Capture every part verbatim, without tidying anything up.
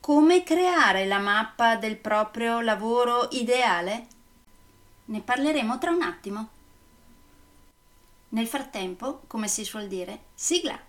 Come creare la mappa del proprio lavoro ideale? Ne parleremo tra un attimo. Nel frattempo, come si suol dire, sigla!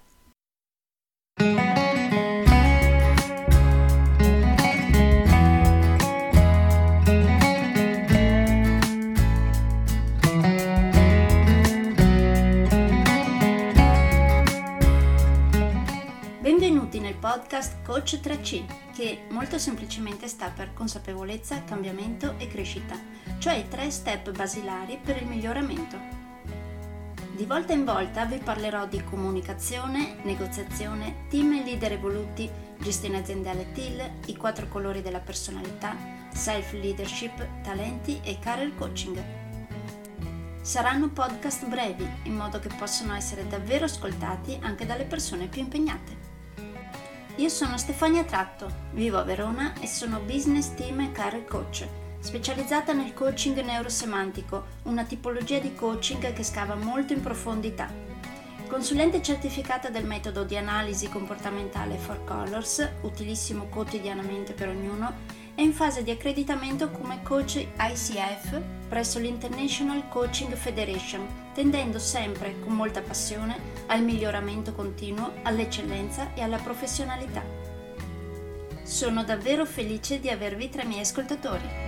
Benvenuti nel podcast Coach tre C, che molto semplicemente sta per consapevolezza, cambiamento e crescita, cioè i tre step basilari per il miglioramento. Di volta in volta vi parlerò di comunicazione, negoziazione, team e leader evoluti, gestione aziendale T I L, i quattro colori della personalità, self-leadership, talenti e career coaching. Saranno podcast brevi, in modo che possano essere davvero ascoltati anche dalle persone più impegnate. Io sono Stefania Tratto, vivo a Verona e sono Business Team e Career Coach, specializzata nel coaching neurosemantico, una tipologia di coaching che scava molto in profondità. Consulente certificata del metodo di analisi comportamentale Four Colors, utilissimo quotidianamente per ognuno, è in fase di accreditamento come coach I C F presso l'International Coaching Federation, tendendo sempre con molta passione al miglioramento continuo, all'eccellenza e alla professionalità. Sono davvero felice di avervi tra i miei ascoltatori.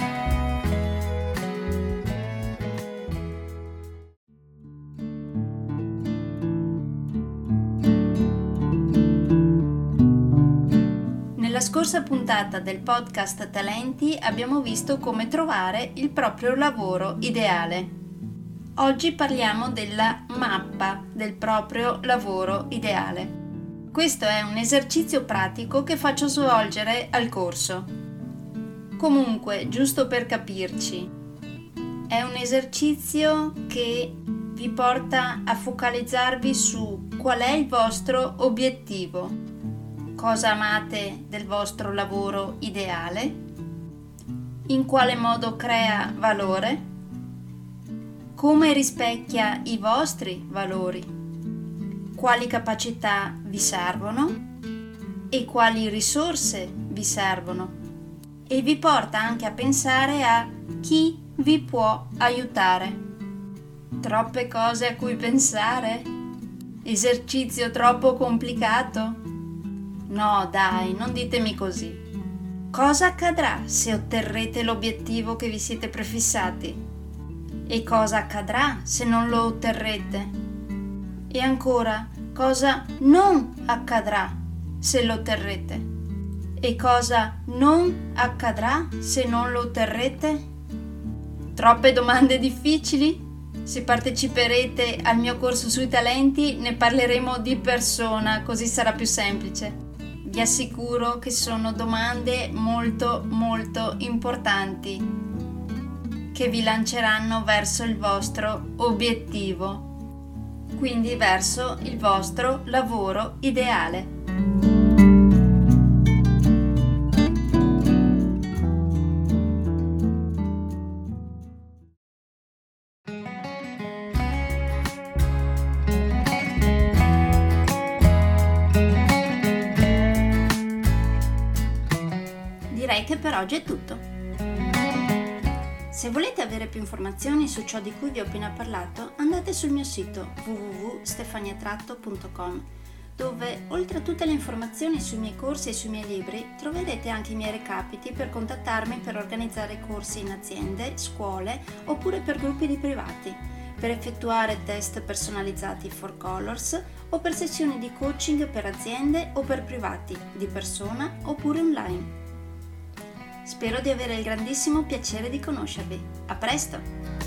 Nella scorsa puntata del podcast Talenti abbiamo visto come trovare il proprio lavoro ideale. Oggi parliamo della mappa del proprio lavoro ideale. Questo è un esercizio pratico che faccio svolgere al corso. Comunque, giusto per capirci, è un esercizio che vi porta a focalizzarvi su qual è il vostro obiettivo. Cosa amate del vostro lavoro ideale? In quale modo crea valore? Come rispecchia i vostri valori? Quali capacità vi servono? E quali risorse vi servono? E vi porta anche a pensare a chi vi può aiutare. Troppe cose a cui pensare? Esercizio troppo complicato? No, dai, non ditemi così. Cosa accadrà se otterrete l'obiettivo che vi siete prefissati? E cosa accadrà se non lo otterrete? E ancora, cosa non accadrà se lo otterrete? E cosa non accadrà se non lo otterrete? Troppe domande difficili? Se parteciperete al mio corso sui talenti, ne parleremo di persona, così sarà più semplice. Vi assicuro che sono domande molto molto importanti che vi lanceranno verso il vostro obiettivo, quindi verso il vostro lavoro ideale. Direi che per oggi è tutto. Se volete avere più informazioni su ciò di cui vi ho appena parlato, andate sul mio sito w w w punto stefania tratto punto com, dove oltre a tutte le informazioni sui miei corsi e sui miei libri troverete anche i miei recapiti per contattarmi per organizzare corsi in aziende, scuole oppure per gruppi di privati, per effettuare test personalizzati Four Colors o per sessioni di coaching per aziende o per privati, di persona oppure online. Spero di avere il grandissimo piacere di conoscervi. A presto!